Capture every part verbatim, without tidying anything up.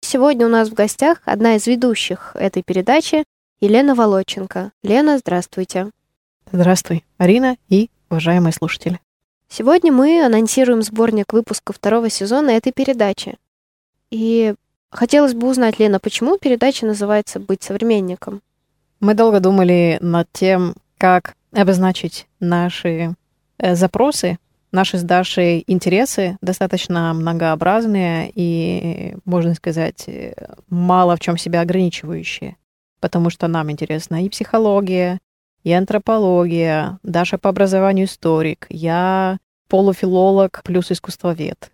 Сегодня у нас в гостях одна из ведущих этой передачи Елена Володченко. Лена, здравствуйте. Здравствуй, Арина и уважаемые слушатели. Сегодня мы анонсируем сборник выпусков второго сезона этой передачи. И хотелось бы узнать, Лена, почему передача называется «Быть современником»? Мы долго думали над тем, как обозначить наши э, запросы, наши с Дашей интересы, достаточно многообразные и, можно сказать, мало в чем себя ограничивающие, потому что нам интересна и психология, и антропология, Даша по образованию историк, я полуфилолог плюс искусствовед.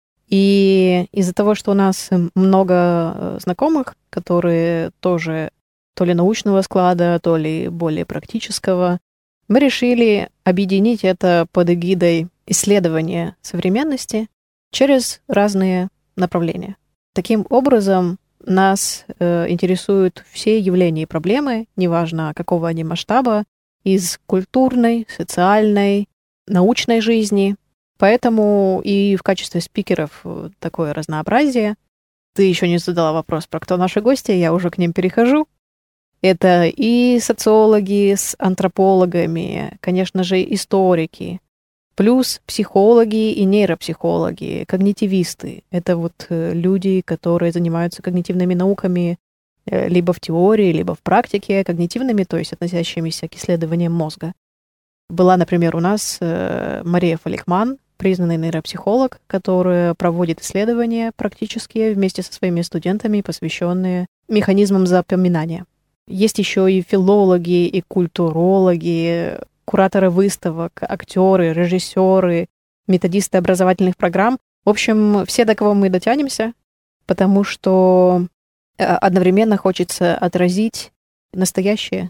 И из-за того, что у нас много знакомых, которые тоже то ли научного склада, то ли более практического, мы решили объединить это под эгидой исследования современности через разные направления. Таким образом, нас э, интересуют все явления и проблемы, неважно какого они масштаба, из культурной, социальной, научной жизни. Поэтому и в качестве спикеров такое разнообразие. Ты еще не задала вопрос про кто наши гости, я уже к ним перехожу. Это и социологи с антропологами, конечно же, историки, плюс психологи и нейропсихологи, когнитивисты. Это вот люди, которые занимаются когнитивными науками либо в теории, либо в практике, когнитивными, то есть относящимися к исследованиям мозга. Была, например, у нас Мария Фаликман, признанный нейропсихолог, которая проводит исследования практические вместе со своими студентами, посвященные механизмам запоминания. Есть еще и филологи, и культурологи, кураторы выставок, актеры, режиссеры, методисты образовательных программ. В общем, все, до кого мы дотянемся, потому что одновременно хочется отразить настоящее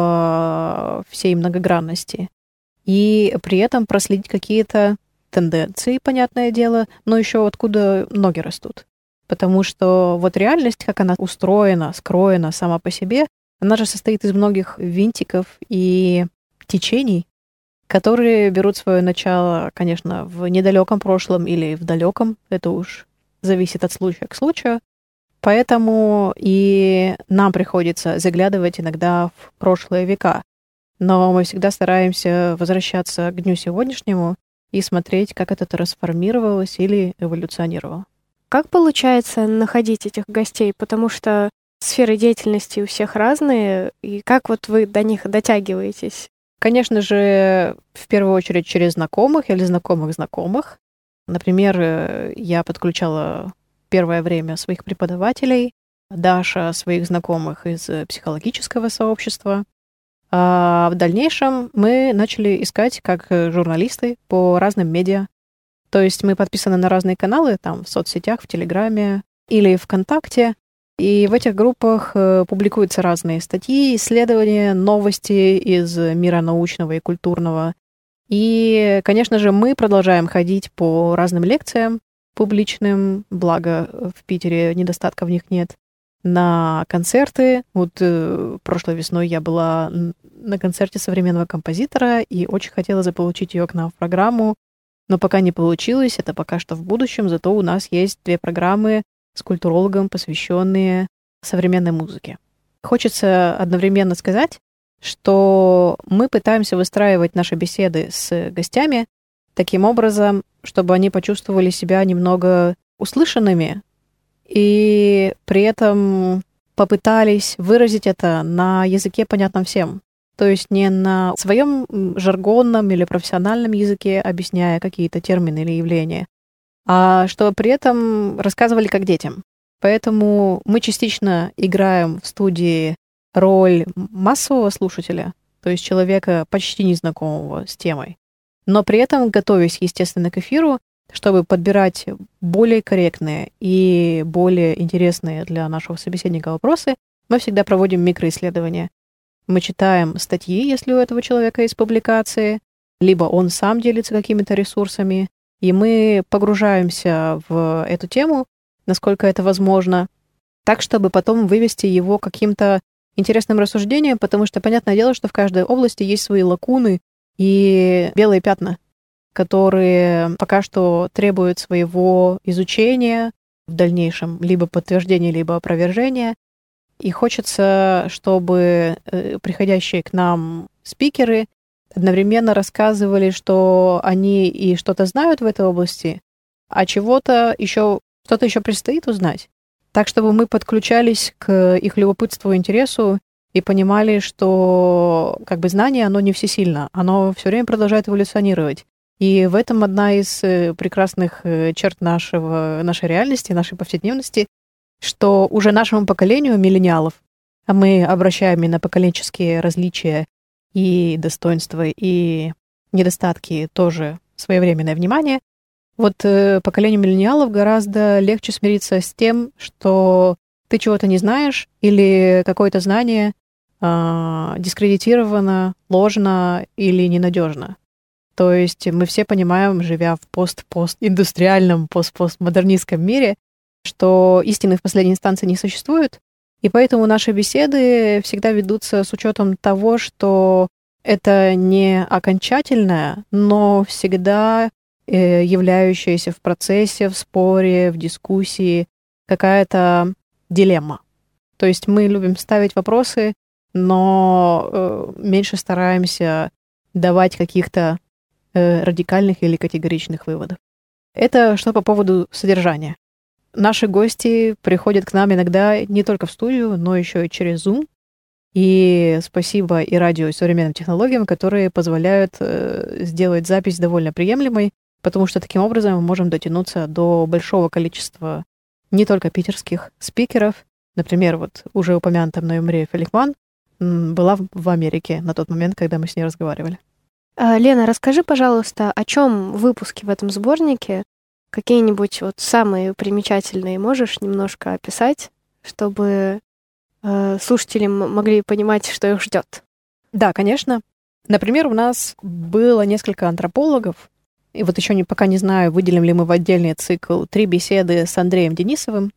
во всей многогранности и при этом проследить какие-то тенденции, понятное дело, но еще откуда ноги растут. Потому что вот реальность, как она устроена, скроена сама по себе, она же состоит из многих винтиков и течений, которые берут свое начало, конечно, в недалеком прошлом или в далеком. Это уж зависит от случая к случаю. Поэтому и нам приходится заглядывать иногда в прошлые века. Но мы всегда стараемся возвращаться к дню сегодняшнему и смотреть, как это трансформировалось или эволюционировало. Как получается находить этих гостей? Потому что сферы деятельности у всех разные, и как вот вы до них дотягиваетесь? Конечно же, в первую очередь через знакомых или знакомых знакомых. Например, я подключала первое время своих преподавателей, Даша своих знакомых из психологического сообщества. А в дальнейшем мы начали искать как журналисты по разным медиа. То есть мы подписаны на разные каналы, там, в соцсетях, в Телеграме или ВКонтакте. И в этих группах публикуются разные статьи, исследования, новости из мира научного и культурного. И, конечно же, мы продолжаем ходить по разным лекциям публичным, благо в Питере недостатка в них нет, на концерты. Вот прошлой весной я была на концерте современного композитора и очень хотела заполучить ее к нам в программу, но пока не получилось, это пока что в будущем, зато у нас есть две программы с культурологом, посвященные современной музыке. Хочется одновременно сказать, что мы пытаемся выстраивать наши беседы с гостями таким образом, чтобы они почувствовали себя немного услышанными и при этом попытались выразить это на языке, понятном всем. То есть не на своем жаргонном или профессиональном языке, объясняя какие-то термины или явления, а что при этом рассказывали как детям. Поэтому мы частично играем в студии роль массового слушателя, то есть человека почти незнакомого с темой, но при этом готовясь, естественно, к эфиру, чтобы подбирать более корректные и более интересные для нашего собеседника вопросы, мы всегда проводим микроисследования. Мы читаем статьи, если у этого человека есть публикации, либо он сам делится какими-то ресурсами, и мы погружаемся в эту тему, насколько это возможно, так, чтобы потом вывести его каким-то интересным рассуждением, потому что, понятное дело, что в каждой области есть свои лакуны и белые пятна, которые пока что требуют своего изучения, в дальнейшем либо подтверждение, либо опровержение. И хочется, чтобы приходящие к нам спикеры одновременно рассказывали, что они и что-то знают в этой области, а чего-то еще, что-то еще предстоит узнать. Так, чтобы мы подключались к их любопытству и интересу и понимали, что как бы знание, оно не всесильно, оно все время продолжает эволюционировать. И в этом одна из прекрасных черт нашего, нашей реальности, нашей повседневности, что уже нашему поколению миллениалов, а мы обращаем и на поколенческие различия и достоинства, и недостатки тоже своевременное внимание, вот поколению миллениалов гораздо легче смириться с тем, что ты чего-то не знаешь или какое-то знание э, дискредитировано, ложно или ненадежно. То есть мы все понимаем, живя в пост-постиндустриальном, пост-постмодернистском мире, что истины в последней инстанции не существует, и поэтому наши беседы всегда ведутся с учетом того, что это не окончательное, но всегда являющаяся в процессе, в споре, в дискуссии какая-то дилемма. То есть мы любим ставить вопросы, но э, меньше стараемся давать каких-то э, радикальных или категоричных выводов. Это что по поводу содержания. Наши гости приходят к нам иногда не только в студию, но еще и через Zoom. И спасибо и радио, и современным технологиям, которые позволяют э, сделать запись довольно приемлемой, потому что таким образом мы можем дотянуться до большого количества не только питерских спикеров. Например, вот уже упомянутая мной Мария Фелихман была в Америке на тот момент, когда мы с ней разговаривали. Лена, расскажи, пожалуйста, о чем выпуски в этом сборнике? Какие-нибудь вот самые примечательные можешь немножко описать, чтобы э, слушатели могли понимать, что их ждет? Да, конечно. Например, у нас было несколько антропологов, и вот еще не, пока не знаю, выделим ли мы в отдельный цикл три беседы с Андреем Денисовым.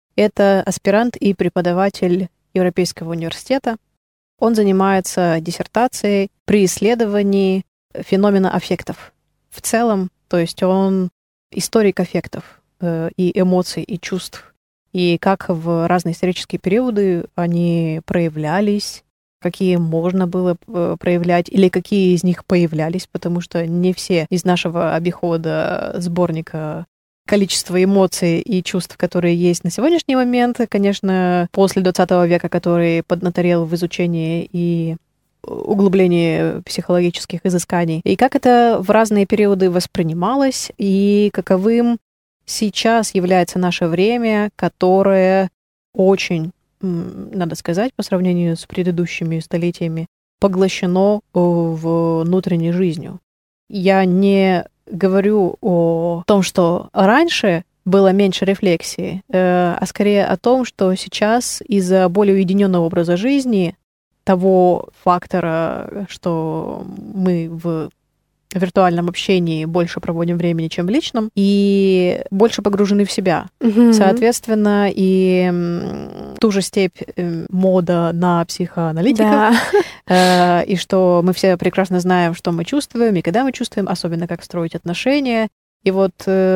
Это аспирант и преподаватель Европейского университета. Он занимается диссертацией при исследовании феномена аффектов в целом, то есть он историк аффектов э, и эмоций, и чувств, и как в разные исторические периоды они проявлялись, какие можно было проявлять, или какие из них появлялись, потому что не все из нашего обихода сборника количество эмоций и чувств, которые есть на сегодняшний момент, конечно, после двадцатого века, который поднаторел в изучении и углублении психологических изысканий, и как это в разные периоды воспринималось, и каковым сейчас является наше время, которое очень, надо сказать, по сравнению с предыдущими столетиями, поглощено внутренней жизнью. Я не говорю о том, что раньше было меньше рефлексии, а скорее о том, что сейчас из-за более уединенного образа жизни, того фактора, что мы в виртуальном общении больше проводим времени, чем в личном, и больше погружены в себя. Mm-hmm. Соответственно, и ту же степь мода на психоаналитиков, да. И что мы все прекрасно знаем, что мы чувствуем, и когда мы чувствуем, особенно как строить отношения. И вот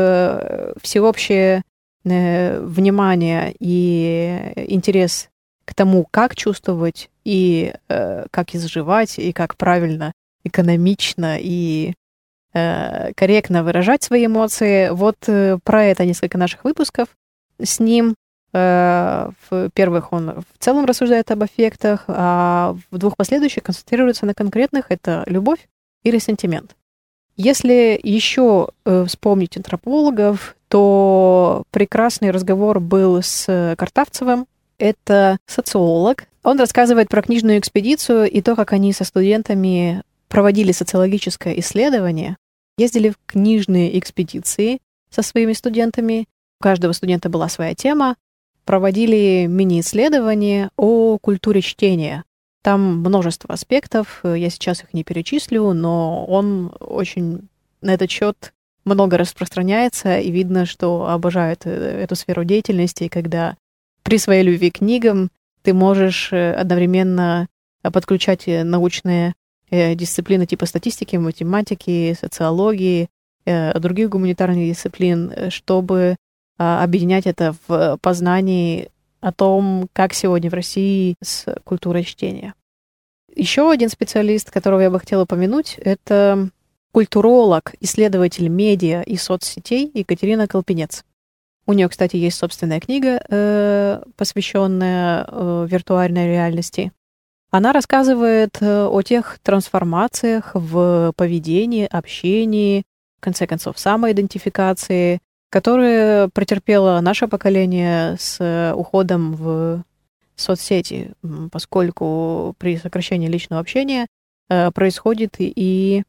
всеобщее внимание и интерес к тому, как чувствовать, и как изживать, и как правильно экономично и э, корректно выражать свои эмоции. Вот э, про это несколько наших выпусков с ним. Э, в первых он в целом рассуждает об аффектах, а в двух последующих концентрируется на конкретных. Это любовь и ресентимент. Если еще э, вспомнить антропологов, то прекрасный разговор был с Картавцевым. Это социолог. Он рассказывает про книжную экспедицию и то, как они со студентами проводили социологическое исследование, ездили в книжные экспедиции со своими студентами. У каждого студента была своя тема. Проводили мини-исследования о культуре чтения. Там множество аспектов, я сейчас их не перечислю, но он очень на этот счет много распространяется, и видно, что обожает эту сферу деятельности, когда при своей любви к книгам ты можешь одновременно подключать научные дисциплины типа статистики, математики, социологии, других гуманитарных дисциплин, чтобы объединять это в познании о том, как сегодня в России с культурой чтения. Еще один специалист, которого я бы хотела упомянуть, это культуролог, исследователь медиа и соцсетей Екатерина Колпинец. У нее, кстати, есть собственная книга, э, посвященная э, виртуальной реальности. Она рассказывает э, о тех трансформациях в поведении, общении, в конце концов, самоидентификации, которые претерпело наше поколение с уходом в соцсети, поскольку при сокращении личного общения э, происходит и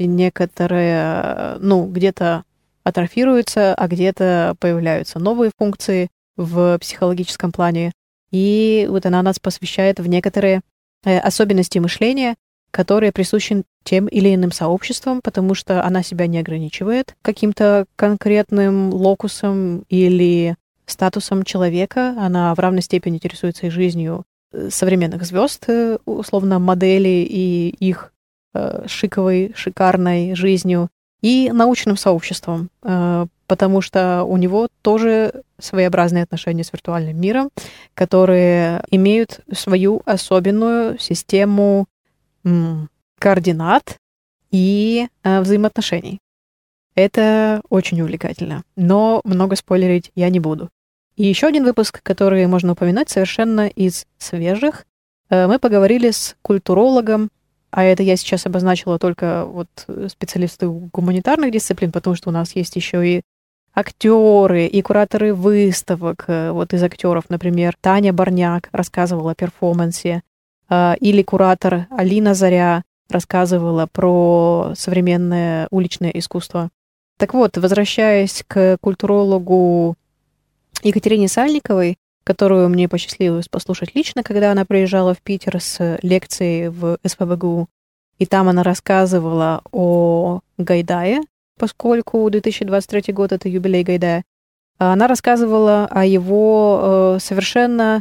некоторые, ну, где-то атрофируются, а где-то появляются новые функции в психологическом плане. И вот она нас посвящает в некоторые э, особенности мышления, которые присущи тем или иным сообществам, потому что она себя не ограничивает каким-то конкретным локусом или статусом человека. Она в равной степени интересуется и жизнью современных звезд, условно, моделей и их э, шиковой, шикарной жизнью, и научным сообществом, э, потому что у него тоже своеобразные отношения с виртуальным миром, которые имеют свою особенную систему м, координат и э, взаимоотношений. Это очень увлекательно, но много спойлерить я не буду. И еще один выпуск, который можно упоминать совершенно из свежих. Мы поговорили с культурологом, а это я сейчас обозначила только вот специалисты гуманитарных дисциплин, потому что у нас есть еще и актеры, и кураторы выставок. Вот из актеров, например, Таня Барняк рассказывала о перформансе, или куратор Алина Заря рассказывала про современное уличное искусство. Так вот, возвращаясь к культурологу Екатерине Сальниковой, которую мне посчастливилось послушать лично, когда она приезжала в Питер с лекцией в эс пэ бэ гэ у, и там она рассказывала о Гайдае, поскольку две тысячи двадцать третий год — это юбилей Гайдая. Она рассказывала о его совершенно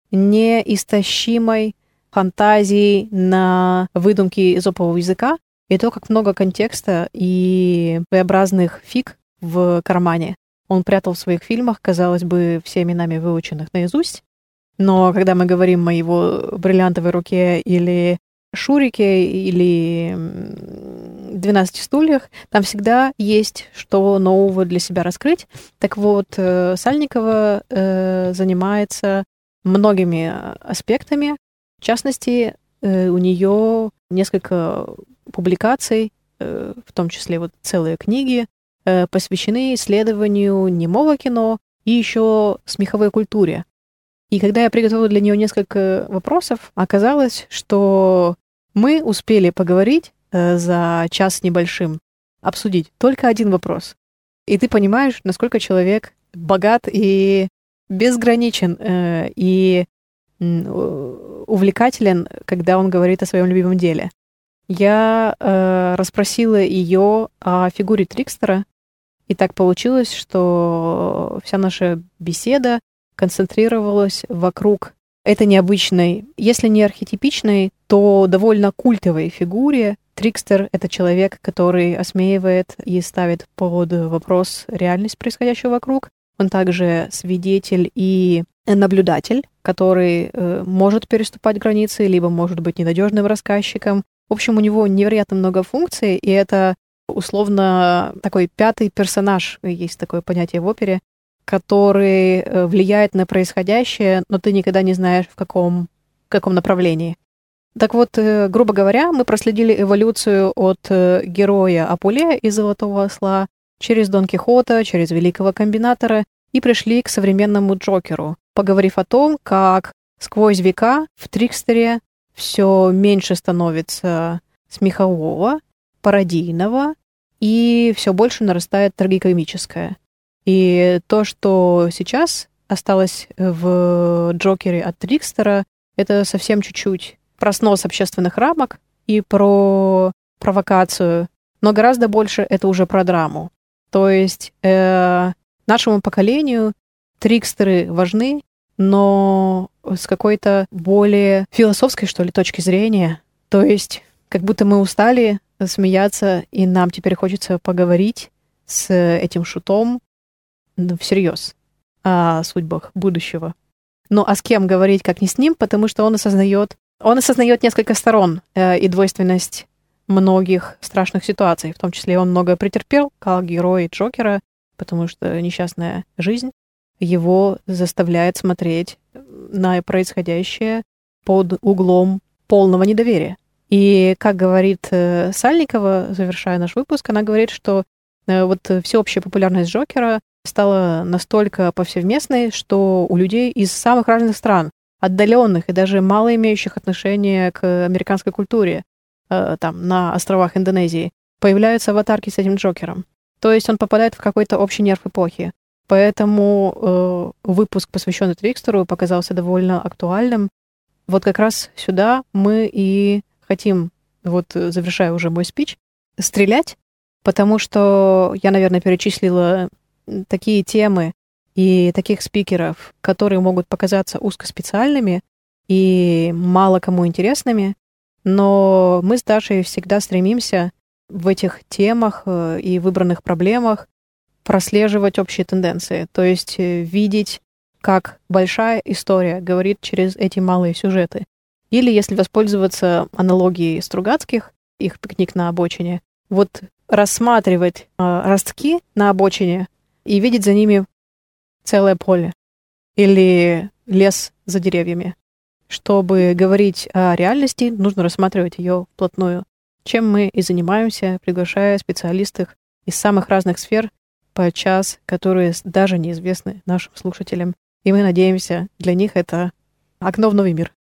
неистощимой фантазии на выдумки эзопового языка, и то, как много контекста и своеобразных фиг в кармане он прятал в своих фильмах, казалось бы, всеми нами выученных наизусть. Но когда мы говорим о его «Бриллиантовой руке» или «Шурике» или «двенадцати стульях», там всегда есть что нового для себя раскрыть. Так вот, Сальникова занимается многими аспектами. В частности, у нее несколько публикаций, в том числе вот целые книги, посвящены исследованию немого кино и еще смеховой культуре. И когда я приготовила для нее несколько вопросов, оказалось, что мы успели поговорить э, за час с небольшим, обсудить только один вопрос. И ты понимаешь, насколько человек богат и безграничен, э, и э, увлекателен, когда он говорит о своем любимом деле. Я э, расспросила ее о фигуре Трикстера, и так получилось, что вся наша беседа концентрировалась вокруг этой необычной, если не архетипичной, то довольно культовой фигуре. Трикстер — это человек, который осмеивает и ставит под вопрос реальность происходящего вокруг. Он также свидетель и наблюдатель, который э, может переступать границы, либо может быть ненадежным рассказчиком. В общем, у него невероятно много функций, и это условно такой пятый персонаж, есть такое понятие в опере, который влияет на происходящее, но ты никогда не знаешь, в каком, в каком направлении. Так вот, грубо говоря, мы проследили эволюцию от героя Апулея из «Золотого осла» через Дон Кихота, через Великого комбинатора и пришли к современному Джокеру, поговорив о том, как сквозь века в Трикстере все меньше становится смехового, пародийного, и все больше нарастает трагикомическое. И то, что сейчас осталось в Джокере от Трикстера, это совсем чуть-чуть про снос общественных рамок и про провокацию, но гораздо больше это уже про драму. То есть э, нашему поколению трикстеры важны, но с какой-то более философской, что ли, точки зрения. То есть как будто мы устали смеяться, и нам теперь хочется поговорить с этим шутом всерьез. о судьбах будущего. Ну а с кем говорить, как не с ним, потому что он осознает, он осознает несколько сторон э, и двойственность многих страшных ситуаций, в том числе он многое претерпел, как герой Джокера, потому что несчастная жизнь его заставляет смотреть на происходящее под углом полного недоверия. И, как говорит э, Сальникова, завершая наш выпуск, она говорит, что э, вот всеобщая популярность Джокера стала настолько повсеместной, что у людей из самых разных стран, отдаленных и даже мало имеющих отношения к американской культуре, э, там, на островах Индонезии, появляются аватарки с этим Джокером. То есть он попадает в какой-то общий нерв эпохи. Поэтому э, выпуск, посвященный Трикстеру, показался довольно актуальным. Вот как раз сюда мы и хотим, вот завершая уже мой спич, стрелять, потому что я, наверное, перечислила такие темы и таких спикеров, которые могут показаться узкоспециальными и мало кому интересными, но мы с Дашей всегда стремимся в этих темах и выбранных проблемах прослеживать общие тенденции, то есть видеть, как большая история говорит через эти малые сюжеты. Или, если воспользоваться аналогией Стругацких, их «Пикник на обочине», вот рассматривать э, ростки на обочине и видеть за ними целое поле или лес за деревьями. Чтобы говорить о реальности, нужно рассматривать ее вплотную, чем мы и занимаемся, приглашая специалистов из самых разных сфер подчас, которые даже неизвестны нашим слушателям. И мы надеемся, для них это окно в новый мир.